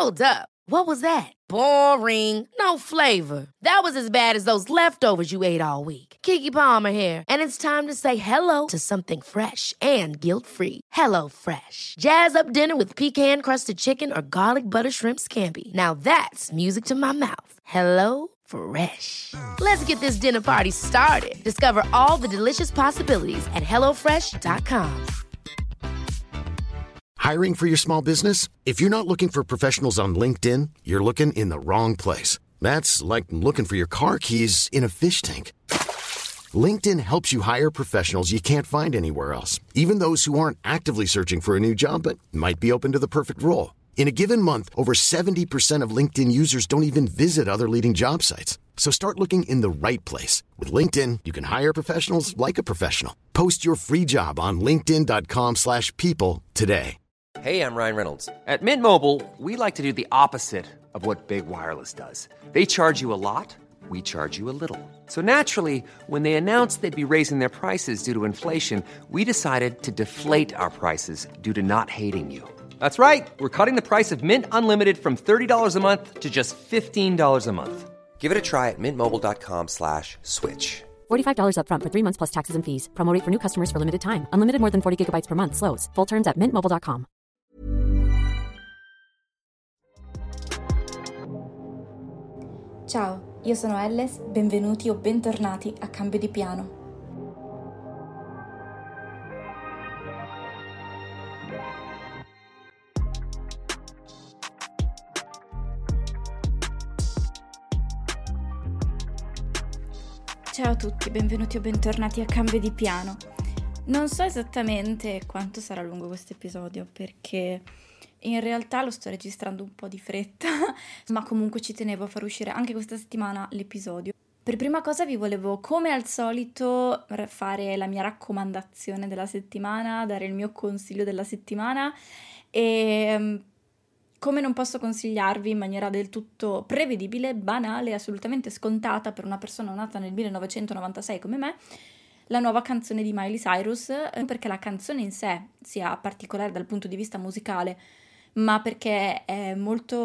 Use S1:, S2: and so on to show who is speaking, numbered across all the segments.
S1: Hold up. What was that? Boring. No flavor. That was as bad as those leftovers you ate all week. Keke Palmer here, and it's time to say hello to something fresh and guilt-free. Hello Fresh. Jazz up dinner with pecan-crusted chicken or garlic butter shrimp scampi. Now that's music to my mouth. Hello Fresh. Let's get this dinner party started. Discover all the delicious possibilities at hellofresh.com.
S2: Hiring for your small business? If you're not looking for professionals on LinkedIn, you're looking in the wrong place. That's like looking for your car keys in a fish tank. LinkedIn helps you hire professionals you can't find anywhere else, even those who aren't actively searching for a new job but might be open to the perfect role. In a given month, over 70% of LinkedIn users don't even visit other leading job sites. So start looking in the right place. With LinkedIn, you can hire professionals like a professional. Post your free job on linkedin.com/people today.
S3: Hey, I'm Ryan Reynolds. At Mint Mobile, we like to do the opposite of what Big Wireless does. They charge you a lot, we charge you a little. So naturally, when they announced they'd be raising their prices due to inflation, we decided to deflate our prices due to not hating you. That's right. We're cutting the price of Mint Unlimited from $30 a month to just $15 a month. Give it a try at mintmobile.com/switch.
S4: $45 up front for 3 months plus taxes and fees. Promo rate for new customers for limited time. Unlimited more than 40 gigabytes per month. Slows full terms at mintmobile.com.
S5: Ciao, io sono Elles, benvenuti o bentornati a Cambio di Piano. Ciao a tutti, benvenuti o bentornati a Cambio di Piano. Non so esattamente quanto sarà lungo questo episodio perché in realtà lo sto registrando un po' di fretta, ma comunque ci tenevo a far uscire anche questa settimana l'episodio. Per prima cosa vi volevo, come al solito, fare la mia raccomandazione della settimana, dare il mio consiglio della settimana e come non posso consigliarvi in maniera del tutto prevedibile, banale, assolutamente scontata per una persona nata nel 1996 come me, la nuova canzone di Miley Cyrus, perché la canzone in sé sia particolare dal punto di vista musicale, ma perché è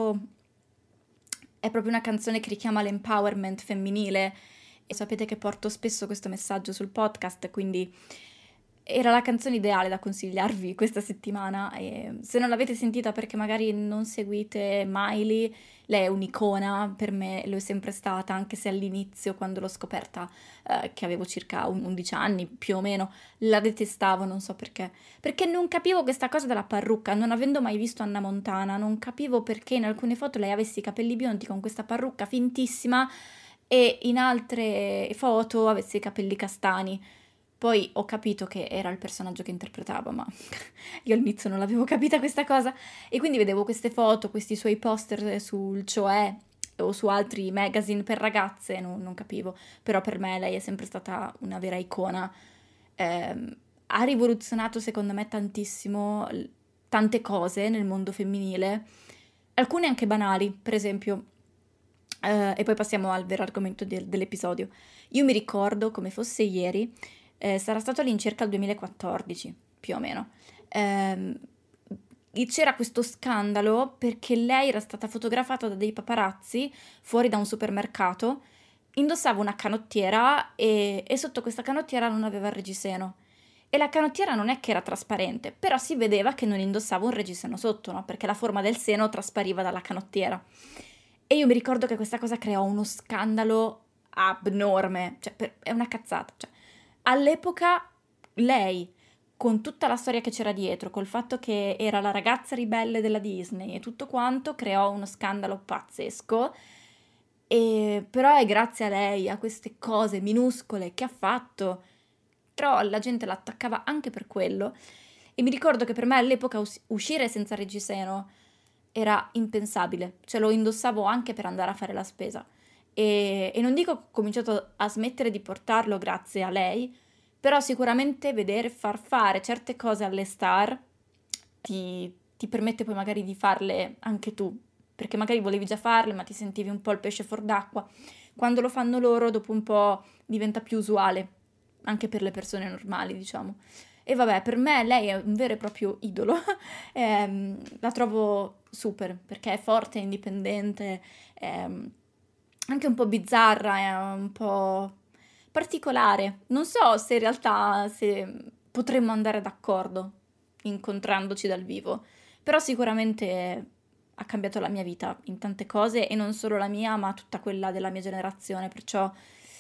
S5: proprio una canzone che richiama l'empowerment femminile e sapete che porto spesso questo messaggio sul podcast, quindi era la canzone ideale da consigliarvi questa settimana. E se non l'avete sentita perché magari non seguite Miley, lei è un'icona, per me lo è sempre stata, anche se all'inizio, quando l'ho scoperta, che avevo circa 11 anni più o meno, la detestavo, non so perché. Perché non capivo questa cosa della parrucca, non avendo mai visto Anna Montana, non capivo perché in alcune foto lei avesse i capelli biondi con questa parrucca fintissima e in altre foto avesse i capelli castani. Poi ho capito che era il personaggio che interpretava, ma io all'inizio non l'avevo capita questa cosa. E quindi vedevo queste foto, questi suoi poster sul Cioè o su altri magazine per ragazze, non capivo. Però per me lei è sempre stata una vera icona. Ha rivoluzionato secondo me tantissimo tante cose nel mondo femminile, alcune anche banali, per esempio. E poi passiamo al vero argomento dell'episodio. Io mi ricordo come fosse ieri, sarà stato all'incirca il 2014, più o meno. C'era questo scandalo perché lei era stata fotografata da dei paparazzi fuori da un supermercato, indossava una canottiera e sotto questa canottiera non aveva il reggiseno. E la canottiera non è che era trasparente, però si vedeva che non indossava un reggiseno sotto, no? Perché la forma del seno traspariva dalla canottiera. E io mi ricordo che questa cosa creò uno scandalo abnorme, cioè è una cazzata, cioè. All'epoca lei, con tutta la storia che c'era dietro, col fatto che era la ragazza ribelle della Disney e tutto quanto, creò uno scandalo pazzesco. E però è grazie a lei, a queste cose minuscole che ha fatto, però la gente la attaccava anche per quello. E mi ricordo che per me all'epoca uscire senza reggiseno era impensabile, cioè lo indossavo anche per andare a fare la spesa. E non dico che ho cominciato a smettere di portarlo grazie a lei, però sicuramente vedere far fare certe cose alle star ti permette poi magari di farle anche tu, perché magari volevi già farle ma ti sentivi un po' il pesce fuor d'acqua. Quando lo fanno loro dopo un po' diventa più usuale, anche per le persone normali, diciamo. E vabbè, per me lei è un vero e proprio idolo. La trovo super, perché è forte, è indipendente, è anche un po' bizzarra, è un po' particolare. Non so se in realtà se potremmo andare d'accordo incontrandoci dal vivo, però sicuramente ha cambiato la mia vita in tante cose, e non solo la mia, ma tutta quella della mia generazione, perciò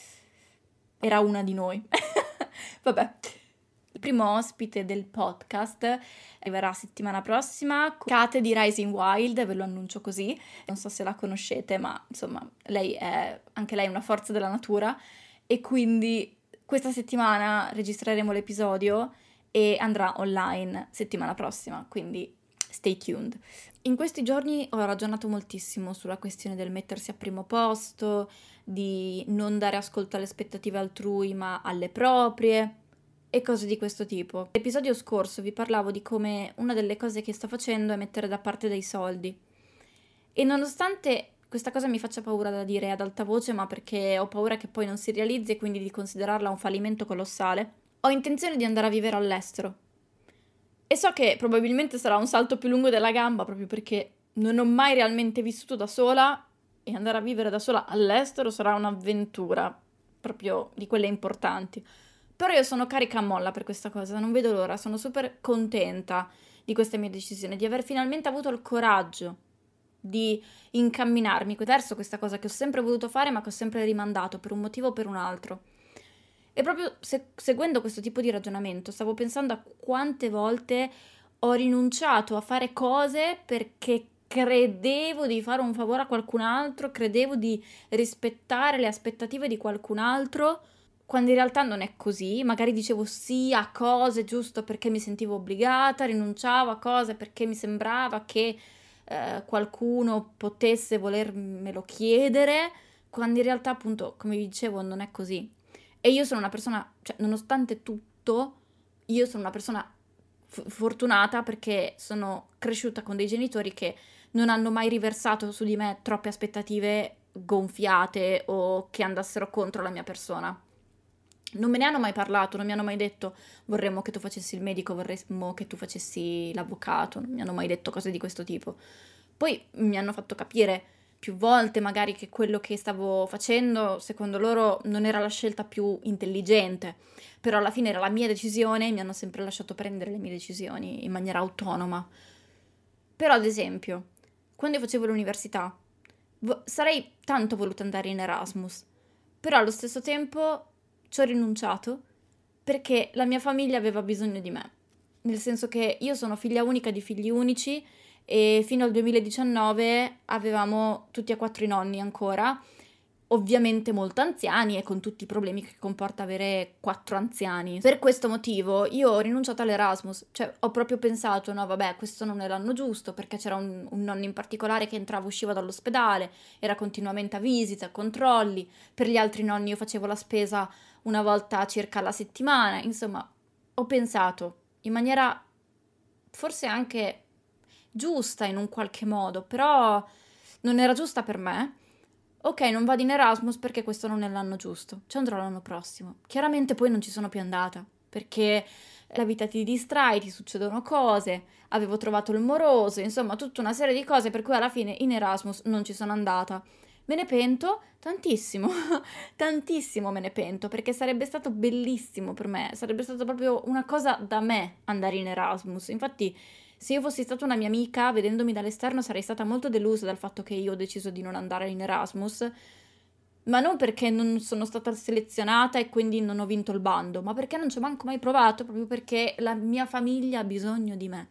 S5: era una di noi. Vabbè. Il primo ospite del podcast arriverà settimana prossima, Kate di Rising Wild, ve lo annuncio così. Non so se la conoscete, ma insomma, anche lei è una forza della natura, e quindi questa settimana registreremo l'episodio e andrà online settimana prossima, quindi stay tuned. In questi giorni ho ragionato moltissimo sulla questione del mettersi a primo posto, di non dare ascolto alle aspettative altrui ma alle proprie e cose di questo tipo. L'episodio scorso vi parlavo di come una delle cose che sto facendo è mettere da parte dei soldi, e nonostante questa cosa mi faccia paura da dire ad alta voce, ma perché ho paura che poi non si realizzi e quindi di considerarla un fallimento colossale, ho intenzione di andare a vivere all'estero. E so che probabilmente sarà un salto più lungo della gamba, proprio perché non ho mai realmente vissuto da sola, e andare a vivere da sola all'estero sarà un'avventura, proprio di quelle importanti. Però io sono carica a molla per questa cosa, non vedo l'ora, sono super contenta di questa mia decisione, di aver finalmente avuto il coraggio di incamminarmi verso questa cosa che ho sempre voluto fare ma che ho sempre rimandato per un motivo o per un altro. E proprio seguendo questo tipo di ragionamento stavo pensando a quante volte ho rinunciato a fare cose perché credevo di fare un favore a qualcun altro, credevo di rispettare le aspettative di qualcun altro, quando in realtà non è così. Magari dicevo sì a cose giusto perché mi sentivo obbligata, rinunciavo a cose perché mi sembrava che qualcuno potesse volermelo chiedere, quando in realtà, appunto, come vi dicevo, non è così. E io sono una persona, cioè, nonostante tutto, io sono una persona fortunata, perché sono cresciuta con dei genitori che non hanno mai riversato su di me troppe aspettative gonfiate o che andassero contro la mia persona. Non me ne hanno mai parlato, non mi hanno mai detto vorremmo che tu facessi il medico, vorremmo che tu facessi l'avvocato, non mi hanno mai detto cose di questo tipo. Poi mi hanno fatto capire più volte magari che quello che stavo facendo secondo loro non era la scelta più intelligente, però alla fine era la mia decisione e mi hanno sempre lasciato prendere le mie decisioni in maniera autonoma. Però ad esempio, quando io facevo l'università, sarei tanto voluta andare in Erasmus, però allo stesso tempo ci ho rinunciato perché la mia famiglia aveva bisogno di me, nel senso che io sono figlia unica di figli unici e fino al 2019 avevamo tutti e 4 i nonni ancora, ovviamente molto anziani e con tutti i problemi che comporta avere 4 anziani. Per questo motivo io ho rinunciato all'Erasmus, cioè ho proprio pensato no vabbè, questo non è l'anno giusto, perché c'era un nonno in particolare che entrava e usciva dall'ospedale, era continuamente a visita, a controlli, per gli altri nonni io facevo la spesa una volta circa alla settimana, insomma ho pensato in maniera forse anche giusta in un qualche modo, però non era giusta per me. Ok, non vado in Erasmus perché questo non è l'anno giusto, ci andrò l'anno prossimo. Chiaramente poi non ci sono più andata, perché la vita ti distrae, ti succedono cose, avevo trovato il moroso, insomma tutta una serie di cose per cui alla fine in Erasmus non ci sono andata. Me ne pento tantissimo, tantissimo me ne pento, perché sarebbe stato bellissimo per me, sarebbe stato proprio una cosa da me andare in Erasmus. Infatti, se io fossi stata una mia amica, vedendomi dall'esterno, sarei stata molto delusa dal fatto che io ho deciso di non andare in Erasmus, ma non perché non sono stata selezionata e quindi non ho vinto il bando, ma perché non ci ho manco mai provato, proprio perché la mia famiglia ha bisogno di me.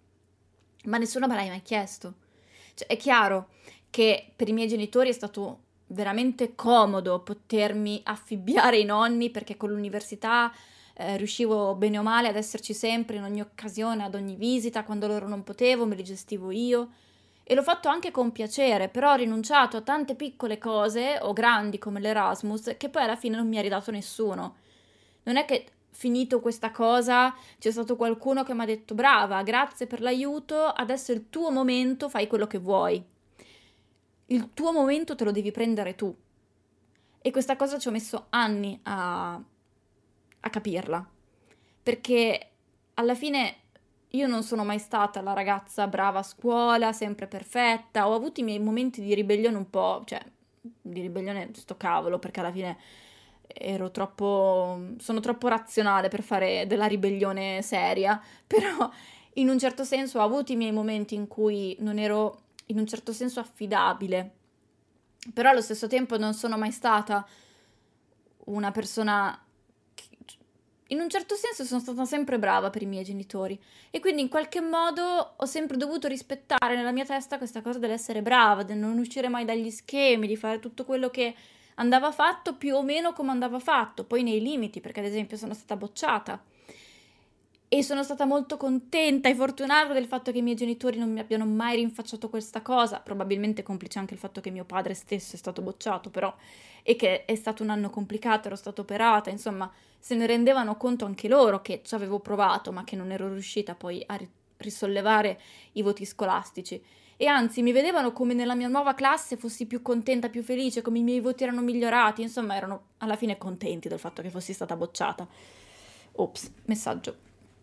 S5: Ma nessuno me l'ha mai chiesto. Cioè, è chiaro che per i miei genitori è stato veramente comodo potermi affibbiare i nonni, perché con l'università riuscivo bene o male ad esserci sempre in ogni occasione, ad ogni visita, quando loro non potevo, me li gestivo io. E l'ho fatto anche con piacere, però ho rinunciato a tante piccole cose, o grandi come l'Erasmus, che poi alla fine non mi ha ridato nessuno. Non è che finito questa cosa c'è stato qualcuno che mi ha detto brava, grazie per l'aiuto, adesso è il tuo momento, fai quello che vuoi. Il tuo momento te lo devi prendere tu. E questa cosa ci ho messo anni a capirla, perché alla fine io non sono mai stata la ragazza brava a scuola, sempre perfetta, ho avuto i miei momenti di ribellione un po', cioè di ribellione sto cavolo, perché alla fine sono troppo razionale per fare della ribellione seria, però in un certo senso ho avuto i miei momenti in cui non ero in un certo senso affidabile, però allo stesso tempo non sono mai stata una persona in un certo senso sono stata sempre brava per i miei genitori e quindi in qualche modo ho sempre dovuto rispettare nella mia testa questa cosa dell'essere brava, di non uscire mai dagli schemi, di fare tutto quello che andava fatto più o meno come andava fatto, poi nei limiti, perché ad esempio sono stata bocciata e sono stata molto contenta e fortunata del fatto che i miei genitori non mi abbiano mai rinfacciato questa cosa, probabilmente complice anche il fatto che mio padre stesso è stato bocciato però, e che è stato un anno complicato, ero stata operata, insomma se ne rendevano conto anche loro che ci avevo provato ma che non ero riuscita poi a risollevare i voti scolastici e anzi mi vedevano come nella mia nuova classe fossi più contenta, più felice, come i miei voti erano migliorati, insomma erano alla fine contenti del fatto che fossi stata bocciata. Ops, messaggio.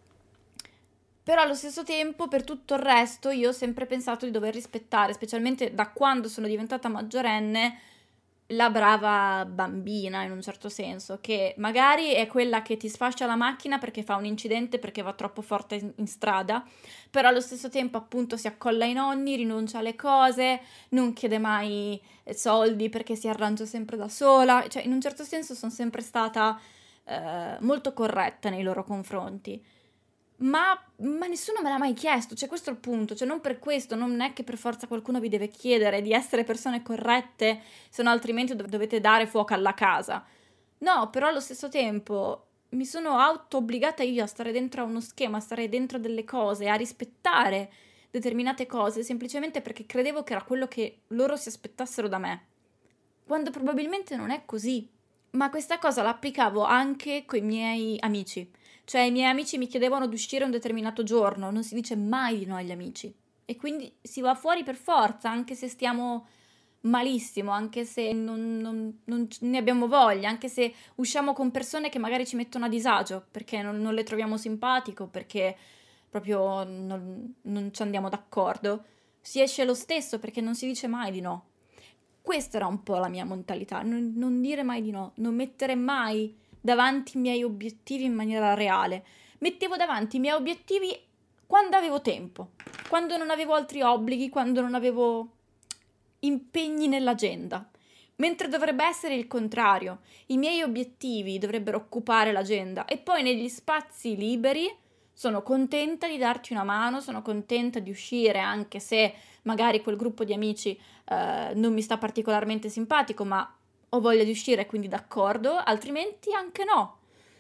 S5: Però allo stesso tempo, per tutto il resto, io ho sempre pensato di dover rispettare, specialmente da quando sono diventata maggiorenne, la brava bambina, in un certo senso, che magari è quella che ti sfascia la macchina perché fa un incidente, perché va troppo forte in strada, però allo stesso tempo appunto si accolla ai nonni, rinuncia alle cose, non chiede mai soldi perché si arrangia sempre da sola, cioè in un certo senso sono sempre stata molto corretta nei loro confronti. Ma nessuno me l'ha mai chiesto, cioè questo è il punto, cioè non per questo, non è che per forza qualcuno vi deve chiedere di essere persone corrette, se no altrimenti dovete dare fuoco alla casa. No, però allo stesso tempo mi sono auto-obbligata io a stare dentro a uno schema, a stare dentro delle cose, a rispettare determinate cose, semplicemente perché credevo che era quello che loro si aspettassero da me, quando probabilmente non è così. Ma questa cosa la applicavo anche coi miei amici. Cioè i miei amici mi chiedevano di uscire un determinato giorno, non si dice mai di no agli amici. E quindi si va fuori per forza, anche se stiamo malissimo, anche se non ne abbiamo voglia, anche se usciamo con persone che magari ci mettono a disagio, perché non le troviamo simpatico, perché proprio non ci andiamo d'accordo. Si esce lo stesso perché non si dice mai di no. Questa era un po' la mia mentalità, non dire mai di no, non mettere mai davanti i miei obiettivi in maniera reale. Mettevo davanti i miei obiettivi quando avevo tempo, quando non avevo altri obblighi, quando non avevo impegni nell'agenda. Mentre dovrebbe essere il contrario, i miei obiettivi dovrebbero occupare l'agenda e poi negli spazi liberi sono contenta di darti una mano, sono contenta di uscire anche se magari quel gruppo di amici non mi sta particolarmente simpatico, ma ho voglia di uscire, quindi d'accordo, altrimenti anche no.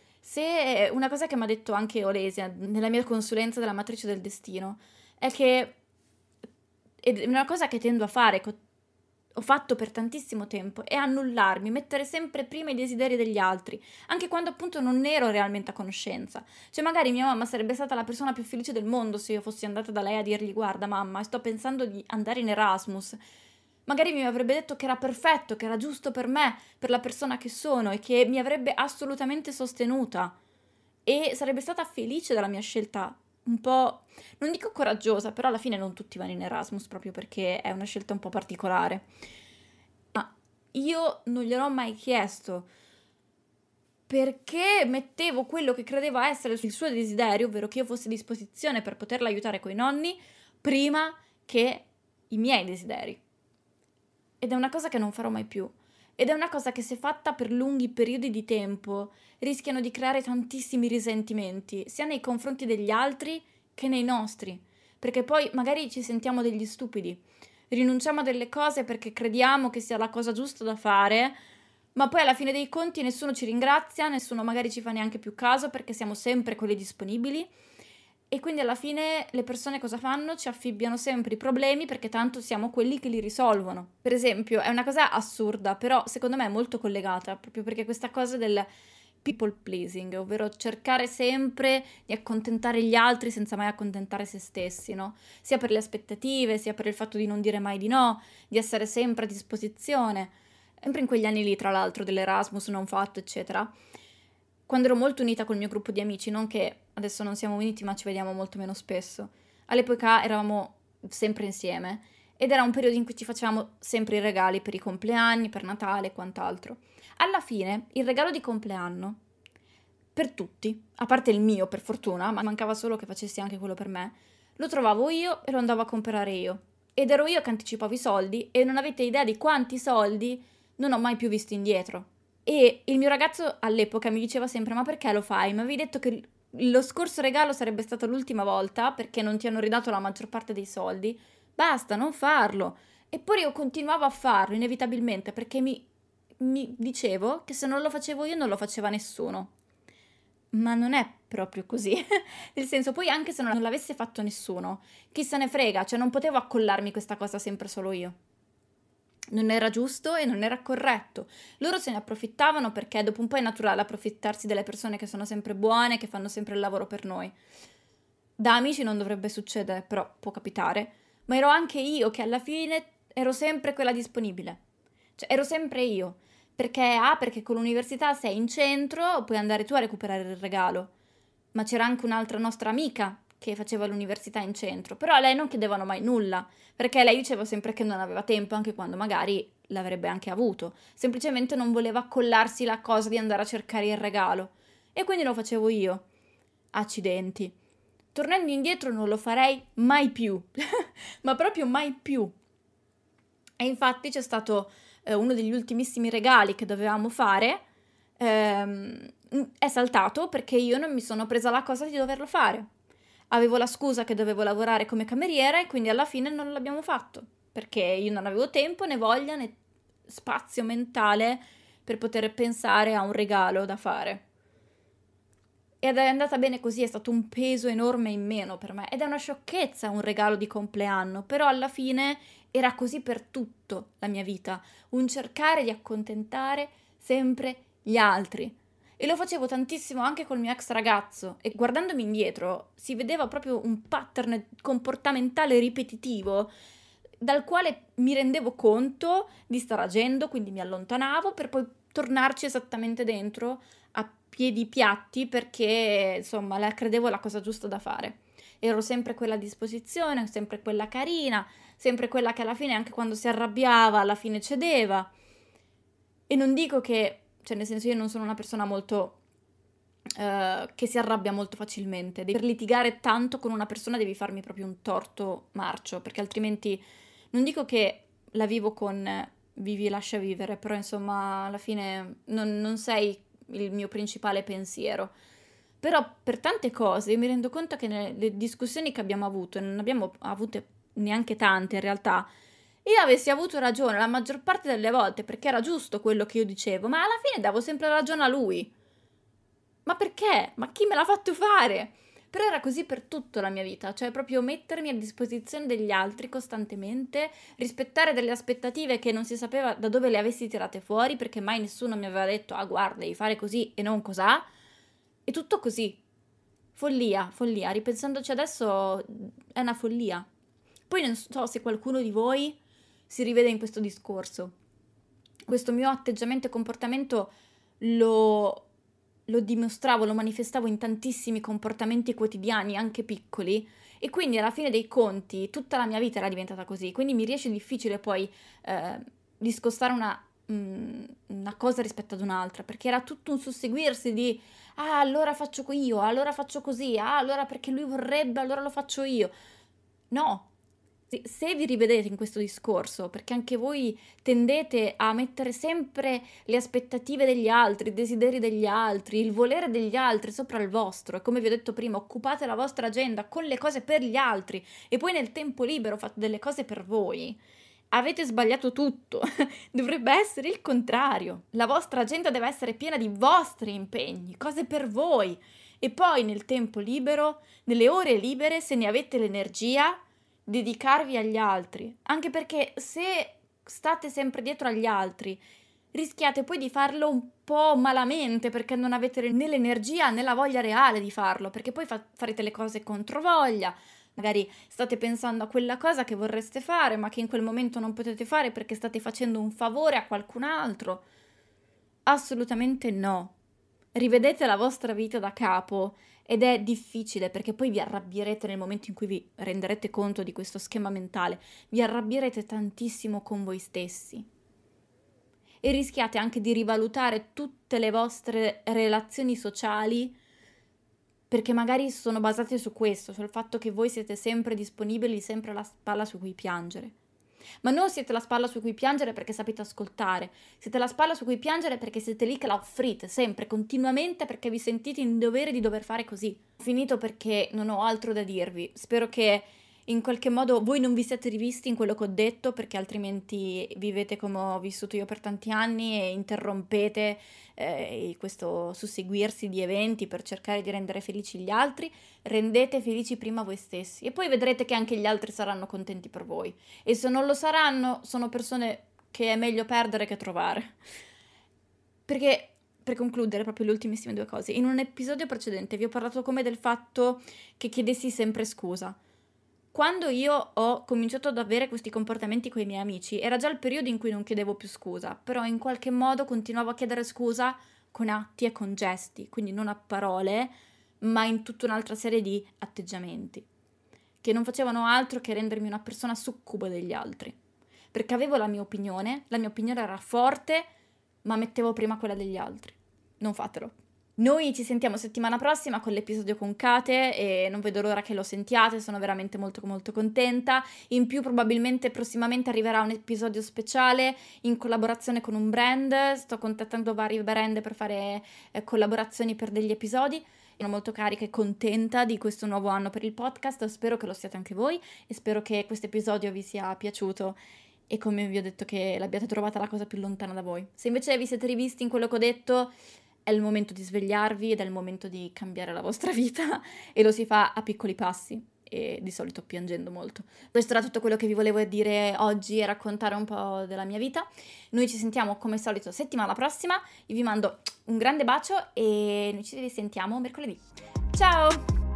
S5: Se una cosa che mi ha detto anche Olesia nella mia consulenza della matrice del destino è che è una cosa che tendo a fare, che ho fatto per tantissimo tempo, è annullarmi, mettere sempre prima i desideri degli altri, anche quando appunto non ne ero realmente a conoscenza. Cioè magari mia mamma sarebbe stata la persona più felice del mondo se io fossi andata da lei a dirgli: guarda mamma, sto pensando di andare in Erasmus. Magari mi avrebbe detto che era perfetto, che era giusto per me, per la persona che sono e che mi avrebbe assolutamente sostenuta e sarebbe stata felice della mia scelta, un po', non dico coraggiosa, però alla fine non tutti vanno in Erasmus proprio perché è una scelta un po' particolare. Ma io non gliel'ho mai chiesto perché mettevo quello che credeva essere il suo desiderio, ovvero che io fossi a disposizione per poterla aiutare coi nonni, prima che i miei desideri. Ed è una cosa che non farò mai più. Ed è una cosa che, se fatta per lunghi periodi di tempo, rischiano di creare tantissimi risentimenti, sia nei confronti degli altri che nei nostri. Perché poi magari ci sentiamo degli stupidi. Rinunciamo a delle cose perché crediamo che sia la cosa giusta da fare, ma poi alla fine dei conti nessuno ci ringrazia, nessuno magari ci fa neanche più caso perché siamo sempre quelli disponibili. E quindi alla fine le persone cosa fanno? Ci affibbiano sempre i problemi perché tanto siamo quelli che li risolvono. Per esempio, è una cosa assurda, però secondo me è molto collegata, proprio perché questa cosa del people pleasing, ovvero cercare sempre di accontentare gli altri senza mai accontentare se stessi, no? Sia per le aspettative, sia per il fatto di non dire mai di no, di essere sempre a disposizione. Sempre in quegli anni lì, tra l'altro, dell'Erasmus non fatto, eccetera. quando ero molto unita col mio gruppo di amici, non che adesso non siamo uniti ma ci vediamo molto meno spesso. All'epoca eravamo sempre insieme ed era un periodo in cui ci facevamo sempre i regali per i compleanni, per Natale e quant'altro. Alla fine il regalo di compleanno per tutti, a parte il mio per fortuna, ma mancava solo che facessi anche quello per me, lo trovavo io e lo andavo a comprare io. Ed ero io che anticipavo i soldi e non avete idea di quanti soldi non ho mai più visto indietro. E il mio ragazzo all'epoca mi diceva sempre: ma perché lo fai? Mi avevi detto che lo scorso regalo sarebbe stato l'ultima volta perché non ti hanno ridato la maggior parte dei soldi. Basta, non farlo. Eppure io continuavo a farlo inevitabilmente perché mi dicevo che se non lo facevo io non lo faceva nessuno. Ma non è proprio così. Nel senso, poi anche se non l'avesse fatto nessuno, chi se ne frega, cioè non potevo accollarmi questa cosa sempre solo io. Non era giusto e non era corretto. Loro se ne approfittavano perché dopo un po' è naturale approfittarsi delle persone che sono sempre buone, che fanno sempre il lavoro per noi. Da amici non dovrebbe succedere, però può capitare. Ma ero anche io che alla fine ero sempre quella disponibile. Cioè ero sempre io. Perché con l'università sei in centro, puoi andare tu a recuperare il regalo. Ma c'era anche un'altra nostra amica che faceva l'università in centro, però a lei non chiedevano mai nulla, perché lei diceva sempre che non aveva tempo, anche quando magari l'avrebbe anche avuto. Semplicemente non voleva accollarsi la cosa di andare a cercare il regalo. E quindi lo facevo io. Accidenti. Tornando indietro non lo farei mai più, ma proprio mai più. E infatti c'è stato uno degli ultimissimi regali che dovevamo fare, è saltato perché io non mi sono presa la cosa di doverlo fare. Avevo la scusa che dovevo lavorare come cameriera e quindi alla fine non l'abbiamo fatto, perché io non avevo tempo, né voglia, né spazio mentale per poter pensare a un regalo da fare. Ed è andata bene così, è stato un peso enorme in meno per me. Ed è una sciocchezza un regalo di compleanno, però alla fine era così per tutto la mia vita, un cercare di accontentare sempre gli altri. E lo facevo tantissimo anche col mio ex ragazzo e guardandomi indietro si vedeva proprio un pattern comportamentale ripetitivo dal quale mi rendevo conto di star agendo, quindi mi allontanavo per poi tornarci esattamente dentro a piedi piatti perché insomma la credevo la cosa giusta da fare. Ero sempre quella a disposizione, sempre quella carina, sempre quella che alla fine anche quando si arrabbiava alla fine cedeva. E non dico che, cioè nel senso io non sono una persona molto che si arrabbia molto facilmente. Per litigare tanto con una persona devi farmi proprio un torto marcio, perché altrimenti non dico che la vivo con vivi e lascia vivere, però insomma alla fine non sei il mio principale pensiero. Però per tante cose io mi rendo conto che nelle discussioni che abbiamo avuto, e non abbiamo avute neanche tante in realtà, io avessi avuto ragione la maggior parte delle volte perché era giusto quello che io dicevo, ma alla fine davo sempre ragione a lui. Ma perché? Ma chi me l'ha fatto fare? Però era così per tutta la mia vita, cioè proprio mettermi a disposizione degli altri costantemente, rispettare delle aspettative che non si sapeva da dove le avessi tirate fuori, perché mai nessuno mi aveva detto «Ah, guarda, devi fare così e non cos'ha». E tutto così. Follia, follia. Ripensandoci adesso è una follia. Poi non so se qualcuno di voi si rivede in questo discorso. Questo mio atteggiamento e comportamento lo dimostravo, lo manifestavo in tantissimi comportamenti quotidiani, anche piccoli, e quindi alla fine dei conti tutta la mia vita era diventata così, quindi mi riesce difficile poi discostare una cosa rispetto ad un'altra, perché era tutto un susseguirsi di «Ah, allora faccio io, allora faccio così, ah, allora perché lui vorrebbe, allora lo faccio io». No. Se vi rivedete in questo discorso, perché anche voi tendete a mettere sempre le aspettative degli altri, i desideri degli altri, il volere degli altri sopra il vostro, e come vi ho detto prima, occupate la vostra agenda con le cose per gli altri e poi nel tempo libero fate delle cose per voi, avete sbagliato tutto. Dovrebbe essere il contrario. La vostra agenda deve essere piena di vostri impegni, cose per voi, e poi nel tempo libero, nelle ore libere, se ne avete l'energia, dedicarvi agli altri, anche perché se state sempre dietro agli altri rischiate poi di farlo un po' malamente perché non avete né l'energia né la voglia reale di farlo, perché poi farete le cose contro voglia, magari state pensando a quella cosa che vorreste fare ma che in quel momento non potete fare perché state facendo un favore a qualcun altro. Assolutamente no. rivedete la vostra vita da capo ed è difficile perché poi vi arrabbierete nel momento in cui vi renderete conto di questo schema mentale, vi arrabbierete tantissimo con voi stessi e rischiate anche di rivalutare tutte le vostre relazioni sociali perché magari sono basate su questo, sul fatto che voi siete sempre disponibili, sempre la spalla su cui piangere. Ma non siete la spalla su cui piangere perché sapete ascoltare, siete la spalla su cui piangere perché siete lì che la offrite sempre, continuamente, perché vi sentite in dovere di dover fare così. Ho finito perché non ho altro da dirvi. Spero che in qualche modo voi non vi siate rivisti in quello che ho detto, perché altrimenti vivete come ho vissuto io per tanti anni e interrompete questo susseguirsi di eventi per cercare di rendere felici gli altri. Rendete felici prima voi stessi e poi vedrete che anche gli altri saranno contenti per voi, e se non lo saranno sono persone che è meglio perdere che trovare. Perché, per concludere, proprio le ultimissime 2 cose, in un episodio precedente vi ho parlato come del fatto che chiedessi sempre scusa. Quando io ho cominciato ad avere questi comportamenti con i miei amici, era già il periodo in cui non chiedevo più scusa, però in qualche modo continuavo a chiedere scusa con atti e con gesti, quindi non a parole, ma in tutta un'altra serie di atteggiamenti, che non facevano altro che rendermi una persona succuba degli altri. Perché avevo la mia opinione era forte, ma mettevo prima quella degli altri. Non fatelo. Noi ci sentiamo settimana prossima con l'episodio con Kate e non vedo l'ora che lo sentiate, sono veramente molto molto contenta. In più probabilmente prossimamente arriverà un episodio speciale in collaborazione con un brand, sto contattando vari brand per fare collaborazioni per degli episodi. Sono molto carica e contenta di questo nuovo anno per il podcast, spero che lo siate anche voi e spero che questo episodio vi sia piaciuto e come vi ho detto che l'abbiate trovata la cosa più lontana da voi. Se invece vi siete rivisti in quello che ho detto, è il momento di svegliarvi ed è il momento di cambiare la vostra vita e lo si fa a piccoli passi e di solito piangendo molto. Questo era tutto quello che vi volevo dire oggi e raccontare un po' della mia vita. Noi ci sentiamo come solito settimana prossima, io vi mando un grande bacio e noi ci risentiamo mercoledì. Ciao!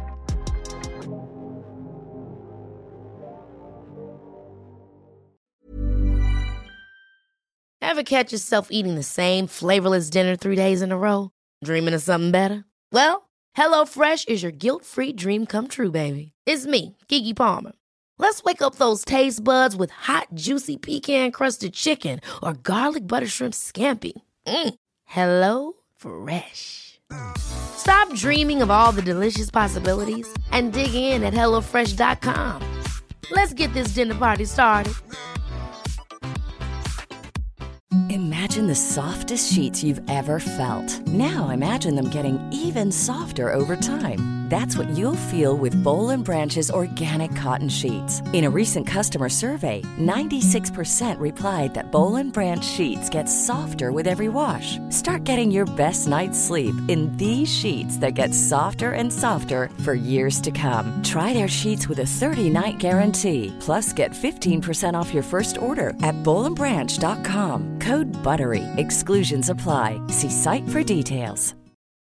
S1: Ever catch yourself eating the same flavorless dinner 3 days in a row? Dreaming of something better? Well, HelloFresh is your guilt-free dream come true, baby. It's me, Keke Palmer. Let's wake up those taste buds with hot, juicy pecan-crusted chicken or garlic butter shrimp scampi. Hello Fresh. Stop dreaming of all the delicious possibilities and dig in at HelloFresh.com. Let's get this dinner party started.
S6: Imagine the softest sheets you've ever felt. Now imagine them getting even softer over time. That's what you'll feel with Boll & Branch's organic cotton sheets. In a recent customer survey, 96% replied that Boll & Branch sheets get softer with every wash. Start getting your best night's sleep in these sheets that get softer and softer for years to come. Try their sheets with a 30-night guarantee. Plus, get 15% off your first order at bollandbranch.com. Code BUTTERY. Exclusions apply. See site for details.